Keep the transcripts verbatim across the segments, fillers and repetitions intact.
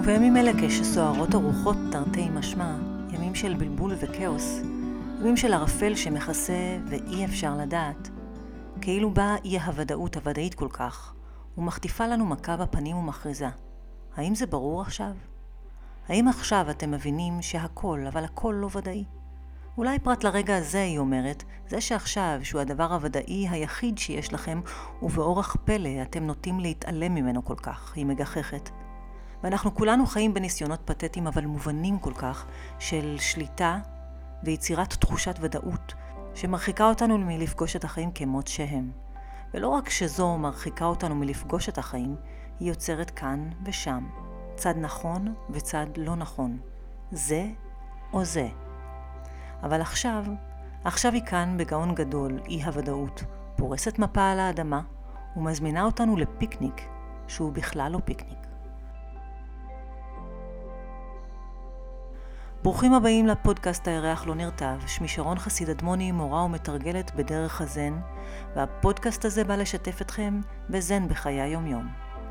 ובימים אלה כשסוערות הרוחות תרתי משמע, ימים של בלבול וכאוס, ימים של ערפל שמכסה ואי אפשר לדעת, כאילו באה אי הוודאות הוודאית כל כך, ומחטיפה לנו מכה בפנים ומכריזה. האם זה ברור עכשיו? האם עכשיו אתם מבינים שהכל, אבל הכל לא ודאי? אולי פרט לרגע הזה, היא אומרת, זה שעכשיו, שהוא הדבר הוודאי היחיד שיש לכם, ובאורח פלא אתם נוטים להתעלם ממנו כל כך, היא מגחכת. ואנחנו כולנו חיים בניסיונות פתטיים אבל מובנים כל כך, של שליטה ויצירת תחושת ודאות, שמרחיקה אותנו מלפגוש את החיים כמות שהם. ולא רק שזו מרחיקה אותנו מלפגוש את החיים, היא יוצרת כאן ושם, צד נכון וצד לא נכון, זה או זה. אבל עכשיו, עכשיו היא כאן בגאון גדול, אי הוודאות, פורסת מפה על האדמה ומזמינה אותנו לפיקניק, שהוא בכלל לא פיקניק. ברוכים הבאים לפודקאסט הירח לא נרטב, שמי שרון חסיד אדמוני, מורה ומתרגלת בדרך הזן, והפודקאסט הזה בא לשתף אתכם בזן בחיי היום יום.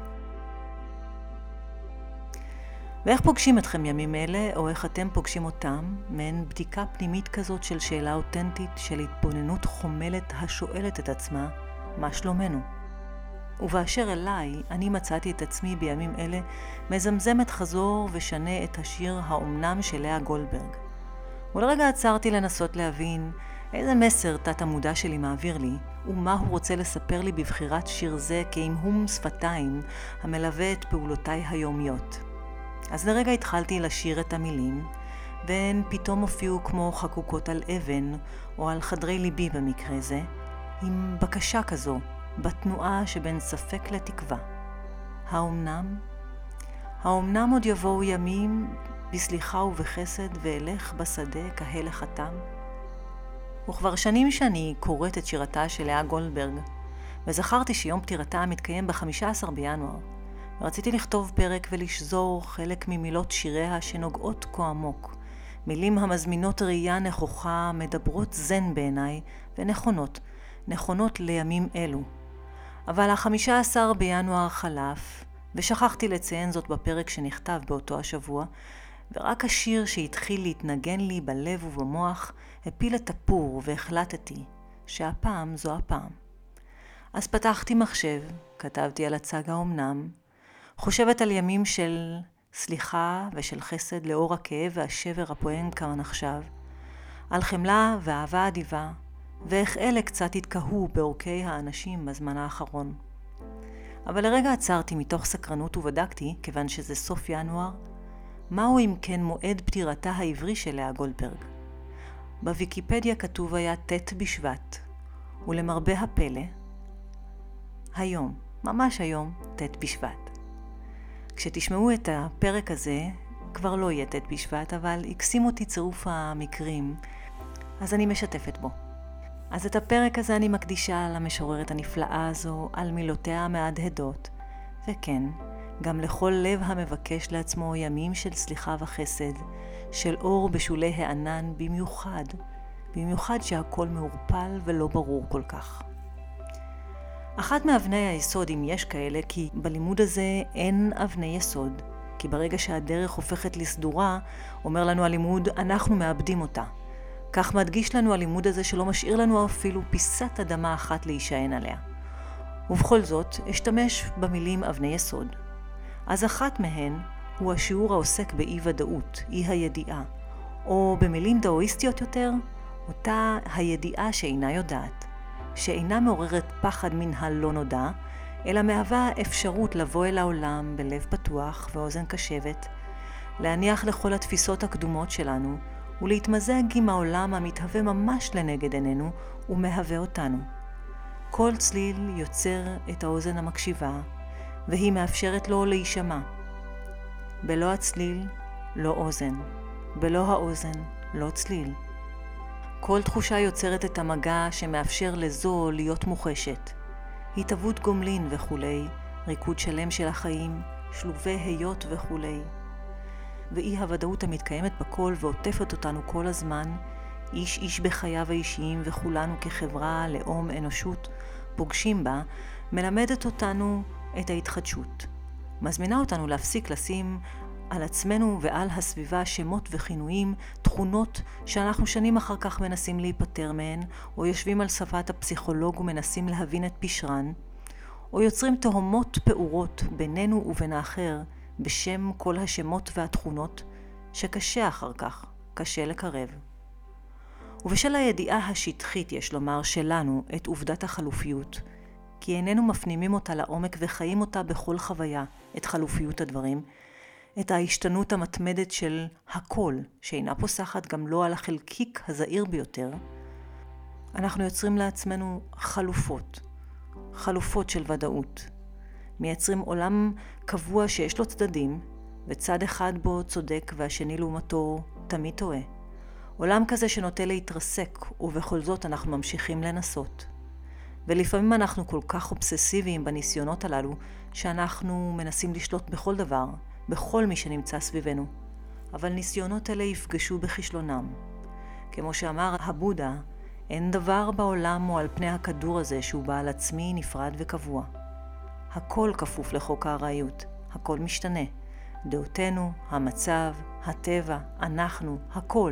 ואיך פוגשים אתכם ימים אלה, או איך אתם פוגשים אותם, מעין בדיקה פנימית כזאת של שאלה אותנטית, של התבוננות חומלת השואלת את עצמה, מה שלומנו? ובאשר אליי, אני מצאתי את עצמי בימים אלה מזמזמת חזור ושנה את השיר האומנם של לאה גולדברג. ולרגע עצרתי לנסות להבין איזה מסר תת המודע שלי מעביר לי, ומה הוא רוצה לספר לי בבחירת שיר זה כהמהום שפתיים המלווה את פעולותיי היומיות. אז לרגע התחלתי לשיר את המילים, והן פתאום הופיעו כמו חקוקות על אבן, או על חדרי ליבי במקרה זה, עם בקשה כזו, בתנועה שבין ספק לתקווה. האומנם? האומנם עוד יבואו ימים בסליחה ובחסד ואלך בשדה כהל החתם? וכבר שנים שאני קוראת את שירתה של לאה גולדברג, וזכרתי שיום פטירתה מתקיים ב-חמישה עשר בינואר, ורציתי לכתוב פרק ולשזור חלק ממילות שיריה שנוגעות כה עמוק, מילים המזמינות ראייה נכוחה, מדברות זן בעיניי ונכונות, נכונות לימים אלו. אבל ה-חמישה עשר בינואר חלף, ושכחתי לציין זאת בפרק שנכתב באותו השבוע, ורק השיר שהתחיל להתנגן לי בלב ובמוח הפיל את הפור והחלטתי שהפעם זו הפעם. אז פתחתי מחשב, כתבתי על הצג האומנם, חושבת על ימים של סליחה ושל חסד לאור הכאב והשבר הפועם כאן עכשיו, על חמלה ואהבה אדיבה, ואיך אלה קצת התקהו באורכי האנשים בזמן האחרון. אבל לרגע עצרתי מתוך סקרנות ובדקתי, כיוון שזה סוף ינואר, מהו אם כן מועד פטירתה העברי של לאה גולדברג. בוויקיפדיה כתוב היה ט' בשבט, ולמרבה הפלא, היום, ממש היום, ט' בשבט. כשתשמעו את הפרק הזה, כבר לא יהיה ט' בשבט, אבל הקסים אותי צירוף המקרים, אז אני משתפת בו. אז את הפרק הזה אני מקדישה למשוררת הנפלאה הזו, על מילותיה המהדהדות, וכן, גם לכל לב המבקש לעצמו ימים של סליחה וחסד, של אור בשולי הענן במיוחד, במיוחד שהכל מעורפל ולא ברור כל כך. אחת מאבני היסוד, אם יש כאלה, כי בלימוד הזה אין אבני יסוד, כי ברגע שהדרך הופכת לסדורה, אומר לנו הלימוד, אנחנו מאבדים אותה. כך מדגיש לנו הלימוד הזה שלא משאיר לנו אפילו פיסת אדמה אחת להישען עליה. ובכל זאת, אשתמש במילים אבני יסוד. אז אחת מהן הוא השיעור העוסק באי ודאות, אי הידיעה, או במילים דאואיסטיות יותר, אותה הידיעה שאינה יודעת, שאינה מעוררת פחד מן הלא נודע, אלא מהווה אפשרות לבוא אל העולם בלב פתוח ואוזן קשבת, להניח לכל התפיסות הקדומות שלנו, ולהתמזג עם העולם המתהווה ממש לנגד עינינו ומהווה אותנו. כל צליל יוצר את האוזן המקשיבה, והיא מאפשרת לו להישמע. בלא הצליל, לא אוזן. בלא האוזן, לא צליל. כל תחושה יוצרת את המגע שמאפשר לזו להיות מוחשת. התהוות גומלין וכו', ריקוד שלם של החיים, שלובי היות וכו'. ואי הוודאות המתקיימת בכל ועוטפת אותנו כל הזמן, איש איש בחייו האישיים וכולנו כחברה, לאום, אנושות, פוגשים בה, מלמדת אותנו את ההתחדשות. מזמינה אותנו להפסיק לשים על עצמנו ועל הסביבה שמות וכינויים, תכונות שאנחנו שנים אחר כך מנסים להיפטר מהן, או יושבים על שפת הפסיכולוג ומנסים להבין את פשרן, או יוצרים תהומות פעורות בינינו ובין האחר, בשם כל השמות והתכונות, שקשה אחר כך, קשה לקרב. ובשל הידיעה השטחית, יש לומר, שלנו את עובדת החלופיות, כי איננו מפנימים אותה לעומק וחיים אותה בכל חוויה, את חלופיות הדברים, את ההשתנות המתמדת של הכל, שאינה פוסחת גם לא על החלקיק הזעיר ביותר, אנחנו יוצרים לעצמנו חלופות, חלופות של ודאות. מייצרים עולם קבוע שיש לו צדדים, וצד אחד בו צודק והשני לעומתו תמיד טועה. עולם כזה שנוטה להתרסק, ובכל זאת אנחנו ממשיכים לנסות. ולפעמים אנחנו כל כך אובססיביים בניסיונות הללו, שאנחנו מנסים לשלוט בכל דבר, בכל מי שנמצא סביבנו. אבל ניסיונות אלה יפגשו בכישלונם. כמו שאמר הבודה, אין דבר בעולם או על פני הכדור הזה שהוא בעל עצמי נפרד וקבוע. הכל כפוף לחוק הארעיות, הכל משתנה. דעותינו, המצב, הטבע, אנחנו, הכל.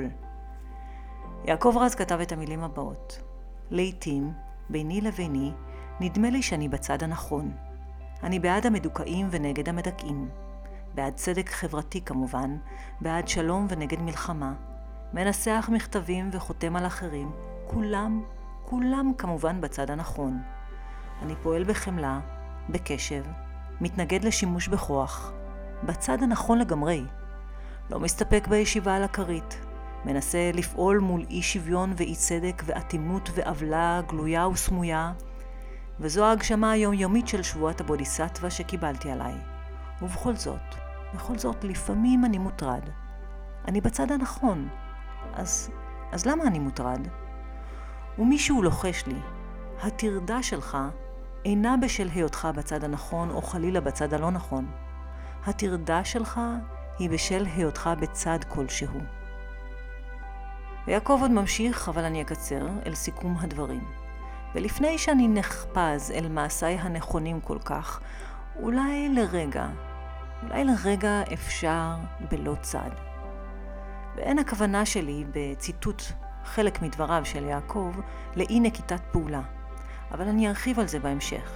יעקב רז כתב את המילים הבאות: לעתים, ביני לביני, נדמה לי שאני בצד הנכון. אני בעד המדוכאים ונגד המדכאים. בעד צדק חברתי כמובן, בעד שלום ונגד מלחמה. מנסח מכתבים וחותם על אחרים. כולם, כולם כמובן בצד הנכון. אני פועל בחמלה, בקשב, מתנגד לשימוש בכוח. בצד הנכון לגמרי. לא מסתפק בישיבה על הכרית. מנסה לפעול מול אי שוויון ואי צדק ואטימות ועוולה גלויה וסמויה, וזו ההגשמה היומיומית של שבועת הבודיסטווה שקיבלתי עליי. ובכל זאת, בכל זאת, לפעמים אני מוטרד. אני בצד הנכון. אז, אז למה אני מוטרד? ומישהו לוחש לי, הטרדה שלך אינה בשל היותך בצד הנכון או חלילה בצד הלא נכון. הטרדה שלך היא בשל היותך בצד כלשהו. ויעקב עוד ממשיך, אבל אני אקצר, אל סיכום הדברים. ולפני שאני נחפז אל מעשיי הנכונים כל כך, אולי לרגע, אולי לרגע אפשר בלא צד. ואין הכוונה שלי בציטוט חלק מדבריו של יעקב לאי נקיטת פעולה, אבל אני ארחיב על זה בהמשך.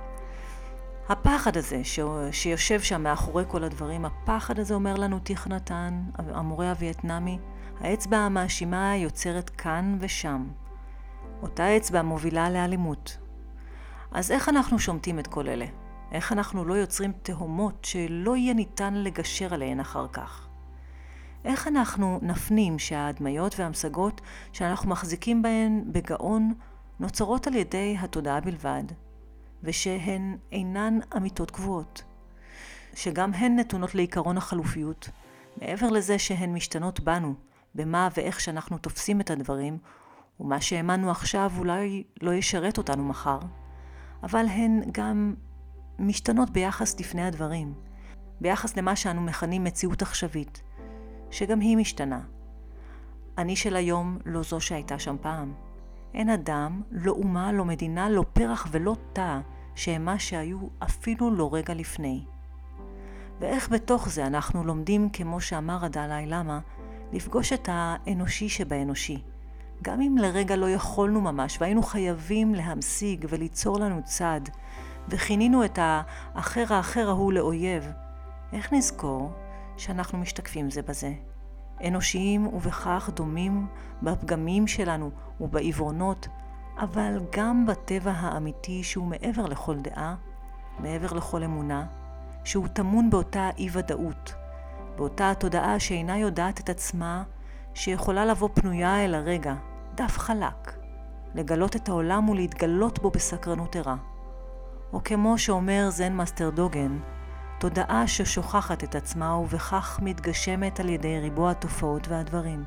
הפחד הזה ש... שיושב שם מאחורי כל הדברים, הפחד הזה אומר לנו תיך נתן, המורה הווייטנאמי, האצבע המאשימה יוצרת כאן ושם. אותה אצבע מובילה לאלימות. אז איך אנחנו שומטים את כל אלה? איך אנחנו לא יוצרים תהומות שלא יהיה ניתן לגשר עליהן אחר כך? איך אנחנו נפנים שההדמיות והמשגות שאנחנו מחזיקים בהן בגאון נוצרות על ידי התודעה בלבד, ושהן אינן אמיתות קבועות, שגם הן נתונות לעיקרון החלופיות, מעבר לזה שהן משתנות בנו, במה ואיך שאנחנו תופסים את הדברים, ומה שהאמנו עכשיו אולי לא ישרת אותנו מחר, אבל הן גם משתנות ביחס לפני הדברים, ביחס למה שאנו מכנים מציאות עכשווית, שגם היא משתנה. אני של היום לא זו שהייתה שם פעם. אין אדם, לא אומה, לא מדינה, לא פרח ולא תא, שהם מה שהיו אפילו לא רגע לפני. ואיך בתוך זה אנחנו לומדים, כמו שאמר הדלאי למה, לפגוש את האנושי שבאנושי. גם אם לרגע לא יכולנו ממש, והיינו חייבים להמשיג וליצור לנו צד, וכינינו את האחר האחר ההוא לאויב, איך נזכור שאנחנו משתקפים זה בזה? אנושיים ובכך דומים בפגמים שלנו ובעברונות, אבל גם בטבע האמיתי שהוא מעבר לכל דעה, מעבר לכל אמונה, שהוא תמון באותה אי-ודאות, באותה התודעה שאינה יודעת את עצמה, שיכולה לבוא פנויה אל הרגע, דף חלק, לגלות את העולם ולהתגלות בו בסקרנות ערה. או כמו שאומר זן מאסטר דוגן, תודעה ששוכחת את עצמה ובכך מתגשמת על ידי ריבוע התופעות והדברים.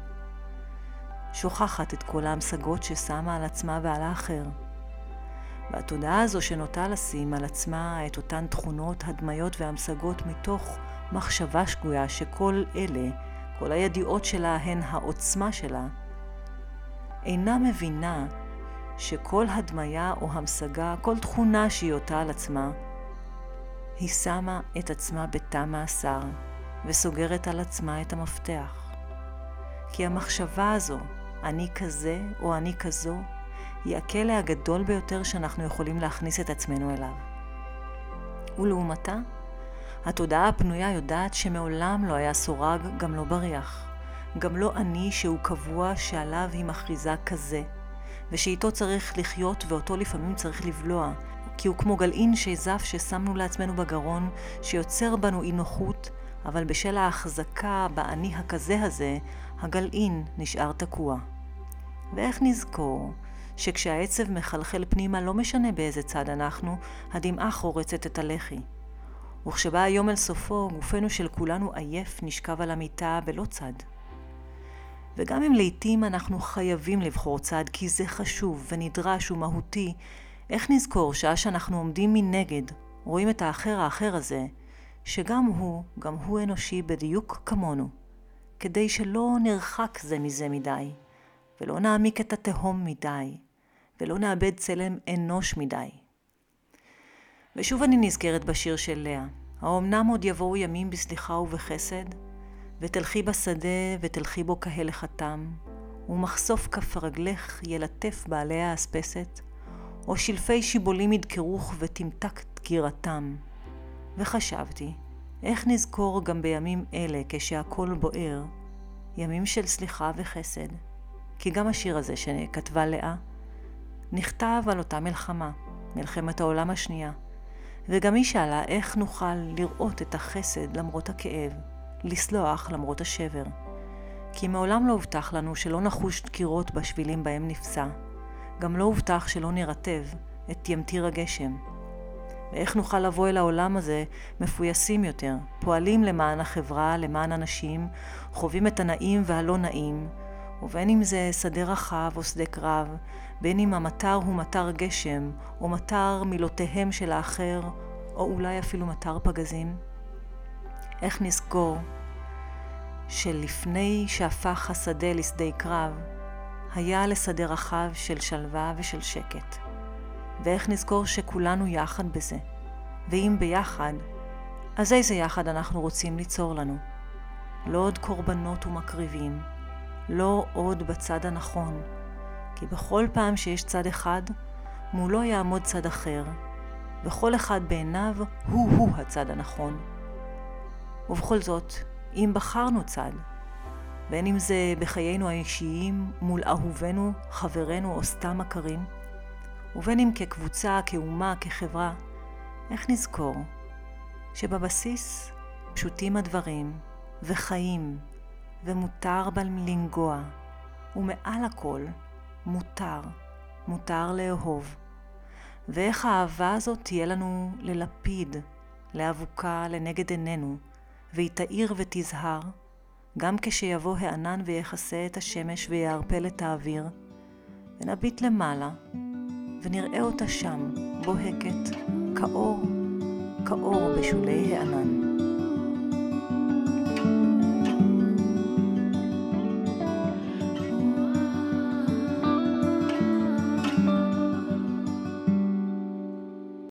שוכחת את כל ההמשגות ששמה על עצמה ועל האחר. והתודעה הזו שנוטה לשים על עצמה את אותן תכונות, הדמיות וההמשגות מתוך מחשבה שגויה שכל אלה, כל הידיעות שלה הן העוצמה שלה, אינה מבינה שכל הדמיה או המשגה, כל תכונה שהיא אותה על עצמה, היא שמה את עצמה בתא מאסר, וסוגרת על עצמה את המפתח. כי המחשבה הזו, אני כזה או אני כזו, היא הכלא הגדול ביותר שאנחנו יכולים להכניס את עצמנו אליו. ולעומתה, התודעה הפנויה יודעת שמעולם לא היה סורג, גם לא בריח. גם לא אני שהוא קבוע שעליו היא מכריזה כזה, ושאיתו צריך לחיות ואותו לפעמים צריך לבלוע, כי הוא כמו גלעין שזף ששמנו לעצמנו בגרון, שיוצר בנו אי נוחות, אבל בשל ההחזקה באני הכזה הזה, הגלעין נשאר תקוע. ואיך נזכור שכשהעצב מחלחל פנימה לא משנה באיזה צד אנחנו, הדמעה חורצת את הלחי. וכשבא היום אל סופו, גופנו של כולנו עייף נשכב על המיטה בלא צד. וגם אם לעתים אנחנו חייבים לבחור צד כי זה חשוב ונדרש ומהותי, איך נזכור שעה שאנחנו עומדים מנגד, רואים את האחר האחר הזה, שגם הוא, גם הוא אנושי בדיוק כמונו, כדי שלא נרחק זה מזה מדי, ולא נעמיק את התהום מדי, ולא נאבד צלם אנוש מדי. ושוב אני נזכרת בשיר של לאה, האומנם עוד יבואו ימים בסליחה ובחסד, ותלכי בשדה ותלכי בו כהלך התם, ומחשוף כף רגלך ילטף בעלי האספסת, או שלפי שיבולים ידקרוך ותמתק דקירתם. וחשבתי, איך נזכור גם בימים אלה כשהכל בוער, ימים של סליחה וחסד, כי גם השיר הזה שכתבה לאה, נכתב על אותה מלחמה, מלחמת העולם השנייה, וגם היא שאלה איך נוכל לראות את החסד למרות הכאב, לסלוח למרות השבר. כי מעולם לא הובטח לנו שלא נחוש דקירות בשבילים בהם נפסע, גם לא הובטח שלא נרטב את ימטיר הגשם. ואיך נוכל לבוא אל העולם הזה מפויסים יותר, פועלים למען החברה, למען אנשים, חווים את הנעים והלא נעים, ובין אם זה שדה רחב או שדה קרב, בין אם המטר הוא מטר גשם, או מטר מילותיהם של האחר, או אולי אפילו מטר פגזים. איך נזכור שלפני שהפך השדה לשדה קרב, היה לשדה רחב של שלווה ושל שקט. ואיך נזכור שכולנו יחד בזה. ואם ביחד, אז איזה יחד אנחנו רוצים ליצור לנו? לא עוד קורבנות ומקריבים, לא עוד בצד הנכון, כי בכל פעם שיש צד אחד, מולו יעמוד צד אחר, וכל אחד בעיניו הוא-הוא הצד הנכון. ובכל זאת, אם בחרנו צד, בין אם זה בחיינו האישיים, מול אהובנו, חברנו או סתם מכרים, ובין אם כקבוצה, כאומה, כחברה, איך נזכור שבבסיס פשוטים הדברים וחיים ומותר בהם לנגוע, ומעל הכל מותר, מותר לאהוב. ואיך האהבה הזאת תהיה לנו ללפיד, לאבוקה, לנגד עינינו, והיא תאיר ותזהר, גם כשיבוא הענן ויחסה את השמש ויערפל את האוויר, ונביט למעלה, ונראה אותה שם, בוהקת, כאור, כאור בשולי הענן.